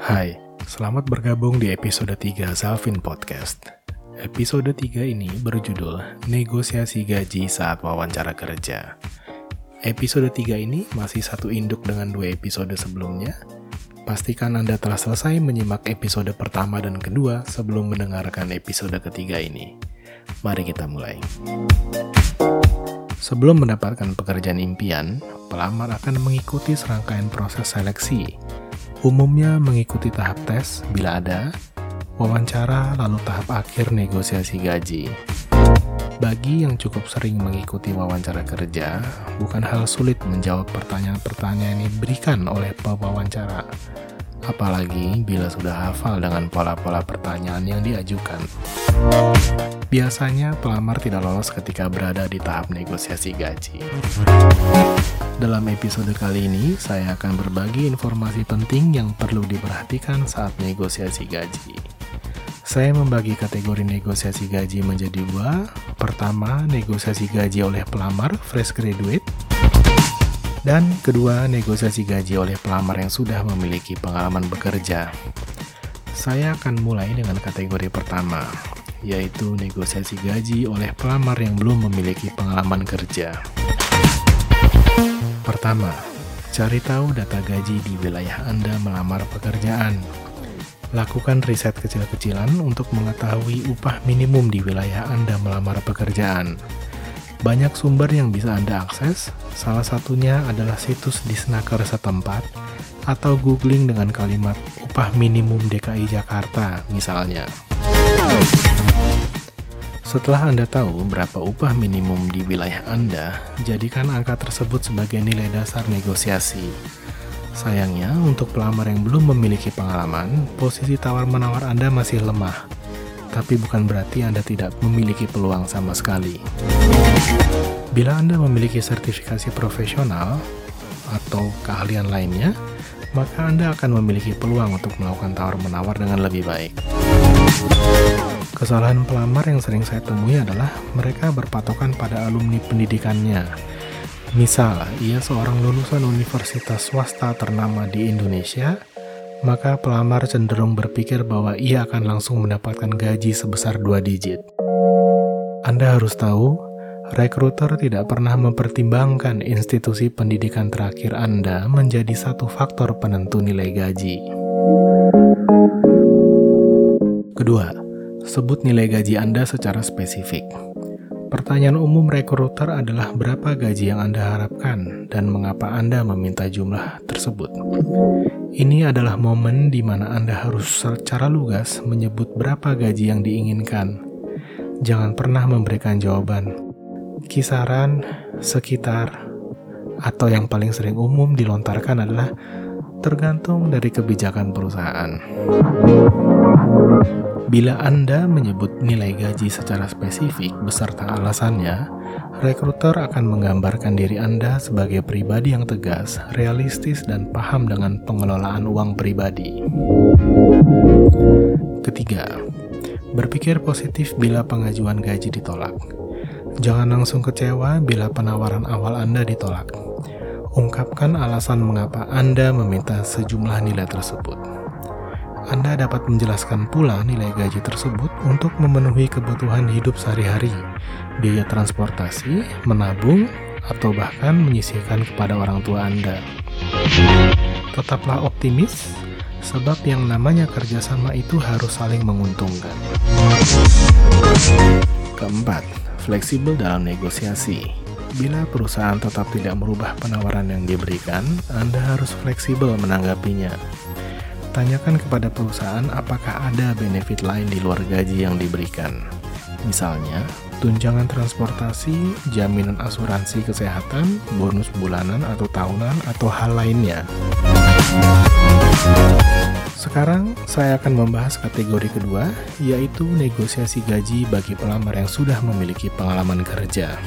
Hai, selamat bergabung di episode 3 Zalvin Podcast. Episode 3 ini berjudul Negosiasi Gaji Saat Wawancara Kerja. Episode 3 ini masih satu induk dengan 2 episode sebelumnya. Pastikan Anda telah selesai menyimak episode pertama dan kedua sebelum mendengarkan episode ketiga ini. Mari kita mulai. Sebelum mendapatkan pekerjaan impian, pelamar akan mengikuti serangkaian proses seleksi. Umumnya mengikuti tahap tes, bila ada, wawancara, lalu tahap akhir negosiasi gaji. Bagi yang cukup sering mengikuti wawancara kerja, bukan hal sulit menjawab pertanyaan-pertanyaan yang diberikan oleh pewawancara. Apalagi bila sudah hafal dengan pola-pola pertanyaan yang diajukan. Biasanya pelamar tidak lolos ketika berada di tahap negosiasi gaji. Dalam episode kali ini, saya akan berbagi informasi penting yang perlu diperhatikan saat negosiasi gaji. Saya membagi kategori negosiasi gaji menjadi 2. Pertama, negosiasi gaji oleh pelamar fresh graduate. Dan kedua, negosiasi gaji oleh pelamar yang sudah memiliki pengalaman bekerja. Saya akan mulai dengan kategori pertama, yaitu negosiasi gaji oleh pelamar yang belum memiliki pengalaman kerja. Pertama, cari tahu data gaji di wilayah Anda melamar pekerjaan. Lakukan riset kecil-kecilan untuk mengetahui upah minimum di wilayah Anda melamar pekerjaan. Banyak sumber yang bisa Anda akses, salah satunya adalah situs Disnaker setempat atau googling dengan kalimat upah minimum DKI Jakarta misalnya. Setelah Anda tahu berapa upah minimum di wilayah Anda, jadikan angka tersebut sebagai nilai dasar negosiasi. Sayangnya, untuk pelamar yang belum memiliki pengalaman, posisi tawar-menawar Anda masih lemah. Tapi bukan berarti Anda tidak memiliki peluang sama sekali. Bila Anda memiliki sertifikasi profesional atau keahlian lainnya, maka Anda akan memiliki peluang untuk melakukan tawar-menawar dengan lebih baik. Kesalahan pelamar yang sering saya temui adalah mereka berpatokan pada alumni pendidikannya. Misal, ia seorang lulusan universitas swasta ternama di Indonesia, maka pelamar cenderung berpikir bahwa ia akan langsung mendapatkan gaji sebesar 2 digit. Anda harus tahu, rekruter tidak pernah mempertimbangkan institusi pendidikan terakhir Anda menjadi satu faktor penentu nilai gaji. Kedua, sebut nilai gaji Anda secara spesifik. Pertanyaan umum rekruter adalah berapa gaji yang Anda harapkan dan mengapa Anda meminta jumlah tersebut. Ini adalah momen di mana Anda harus secara lugas menyebut berapa gaji yang diinginkan. Jangan pernah memberikan jawaban kisaran, sekitar, atau yang paling sering umum dilontarkan adalah tergantung dari kebijakan perusahaan. Bila Anda menyebut nilai gaji secara spesifik beserta alasannya, rekruter akan menggambarkan diri Anda sebagai pribadi yang tegas, realistis, dan paham dengan pengelolaan uang pribadi. Ketiga, berpikir positif bila pengajuan gaji ditolak. Jangan langsung kecewa bila penawaran awal Anda ditolak. Ungkapkan alasan mengapa Anda meminta sejumlah nilai tersebut. Anda dapat menjelaskan pula nilai gaji tersebut untuk memenuhi kebutuhan hidup sehari-hari, biaya transportasi, menabung, atau bahkan menyisihkan kepada orang tua Anda. Tetaplah optimis, sebab yang namanya kerjasama itu harus saling menguntungkan. Keempat, fleksibel dalam negosiasi. Bila perusahaan tetap tidak merubah penawaran yang diberikan, Anda harus fleksibel menanggapinya. Tanyakan kepada perusahaan apakah ada benefit lain di luar gaji yang diberikan. Misalnya, tunjangan transportasi, jaminan asuransi kesehatan, bonus bulanan atau tahunan, atau hal lainnya. Sekarang, saya akan membahas kategori kedua, yaitu negosiasi gaji bagi pelamar yang sudah memiliki pengalaman kerja.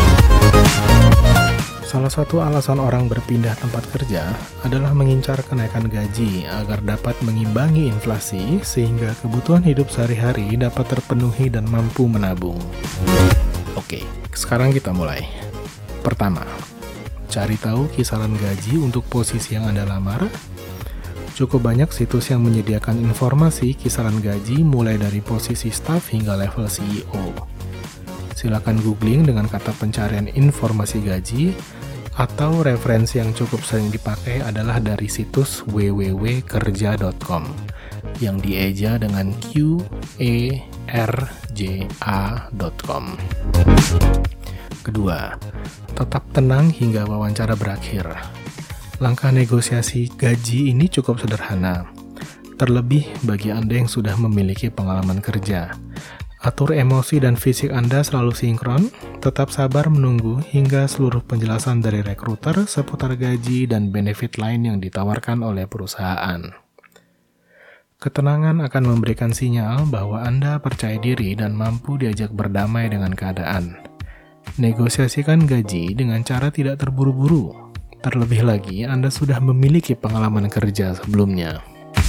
Salah satu alasan orang berpindah tempat kerja adalah mengincar kenaikan gaji agar dapat mengimbangi inflasi sehingga kebutuhan hidup sehari-hari dapat terpenuhi dan mampu menabung. Oke, sekarang kita mulai. Pertama, cari tahu kisaran gaji untuk posisi yang Anda lamar. Cukup banyak situs yang menyediakan informasi kisaran gaji mulai dari posisi staf hingga level CEO. Silakan googling dengan kata pencarian informasi gaji, atau referensi yang cukup sering dipakai adalah dari situs www.kerja.com yang dieja dengan QERJA.com. Kedua, tetap tenang hingga wawancara berakhir. Langkah negosiasi gaji ini cukup sederhana, terlebih bagi Anda yang sudah memiliki pengalaman kerja. Atur emosi dan fisik Anda selalu sinkron, tetap sabar menunggu hingga seluruh penjelasan dari rekruter seputar gaji dan benefit lain yang ditawarkan oleh perusahaan. Ketenangan akan memberikan sinyal bahwa Anda percaya diri dan mampu diajak berdamai dengan keadaan. Negosiasikan gaji dengan cara tidak terburu-buru. Terlebih lagi, Anda sudah memiliki pengalaman kerja sebelumnya.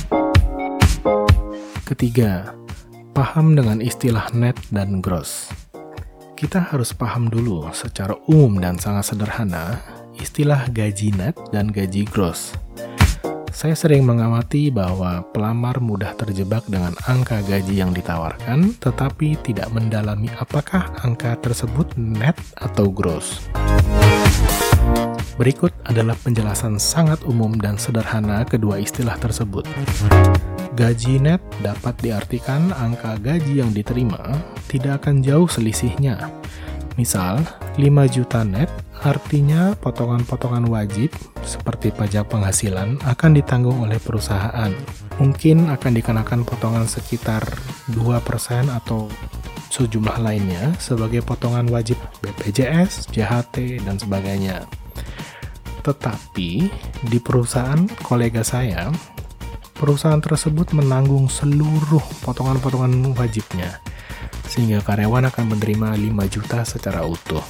Ketiga, paham dengan istilah net dan gross. Kita harus paham dulu secara umum dan sangat sederhana istilah gaji net dan gaji gross. Saya sering mengamati bahwa pelamar mudah terjebak dengan angka gaji yang ditawarkan, tetapi tidak mendalami apakah angka tersebut net atau gross. Berikut adalah penjelasan sangat umum dan sederhana kedua istilah tersebut. Gaji net dapat diartikan angka gaji yang diterima tidak akan jauh selisihnya. Misal, 5 juta net artinya potongan-potongan wajib seperti pajak penghasilan akan ditanggung oleh perusahaan. Mungkin akan dikenakan potongan sekitar 2% atau sejumlah lainnya sebagai potongan wajib BPJS, JHT, dan sebagainya. Tetapi di perusahaan kolega saya, perusahaan tersebut menanggung seluruh potongan-potongan wajibnya, sehingga karyawan akan menerima 5 juta secara utuh.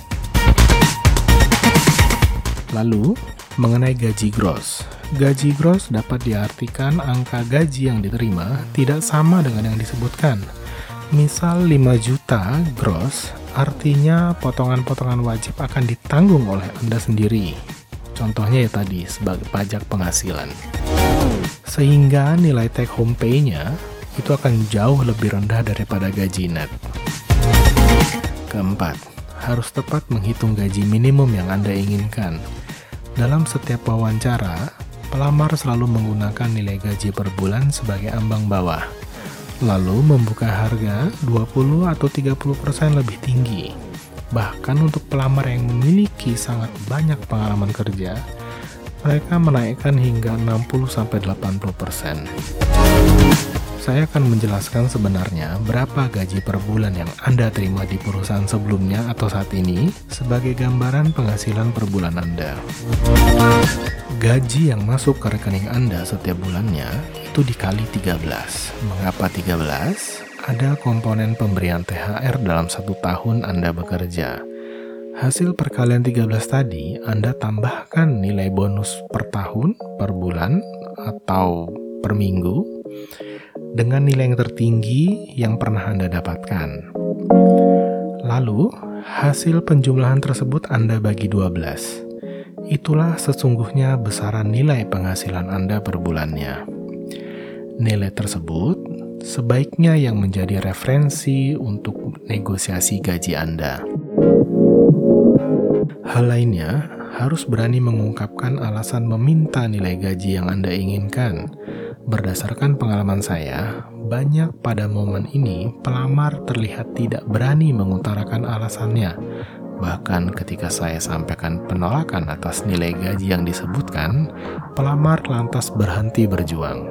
Lalu, mengenai gaji gross. Gaji gross dapat diartikan angka gaji yang diterima tidak sama dengan yang disebutkan. Misal 5 juta gross, artinya potongan-potongan wajib akan ditanggung oleh Anda sendiri. Contohnya ya tadi, sebagai pajak penghasilan. Sehingga nilai take home pay-nya itu akan jauh lebih rendah daripada gaji net. Keempat, harus tepat menghitung gaji minimum yang Anda inginkan. Dalam setiap wawancara, pelamar selalu menggunakan nilai gaji per bulan sebagai ambang bawah, lalu membuka harga 20 atau 30% lebih tinggi. Bahkan untuk pelamar yang memiliki sangat banyak pengalaman kerja, mereka menaikkan hingga 60-80%. Saya akan menjelaskan sebenarnya berapa gaji per bulan yang Anda terima di perusahaan sebelumnya atau saat ini sebagai gambaran penghasilan per bulan Anda. Gaji yang masuk ke rekening Anda setiap bulannya itu dikali 13. Mengapa 13? Ada komponen pemberian THR dalam 1 tahun Anda bekerja. Hasil perkalian 13 tadi, Anda tambahkan nilai bonus per tahun, per bulan, atau per minggu, dengan nilai yang tertinggi yang pernah Anda dapatkan. Lalu, hasil penjumlahan tersebut Anda bagi 12. Itulah sesungguhnya besaran nilai penghasilan Anda per bulannya. Nilai tersebut sebaiknya yang menjadi referensi untuk negosiasi gaji Anda. Hal lainnya, harus berani mengungkapkan alasan meminta nilai gaji yang Anda inginkan. Berdasarkan pengalaman saya, banyak pada momen ini pelamar terlihat tidak berani mengutarakan alasannya. Bahkan ketika saya sampaikan penolakan atas nilai gaji yang disebutkan, pelamar lantas berhenti berjuang.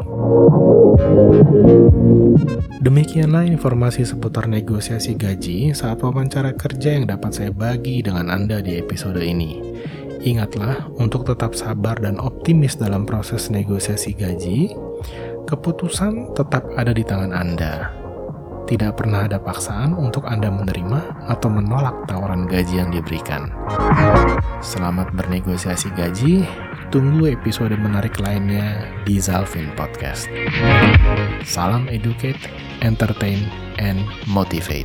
Demikianlah informasi seputar negosiasi gaji saat wawancara kerja yang dapat saya bagi dengan Anda di episode ini. Ingatlah untuk tetap sabar dan optimis dalam proses negosiasi gaji. Keputusan tetap ada di tangan Anda. Tidak pernah ada paksaan untuk Anda menerima atau menolak tawaran gaji yang diberikan. Selamat bernegosiasi gaji. Tunggu episode menarik lainnya di Zalvin Podcast. Salam educate, entertain, and motivate.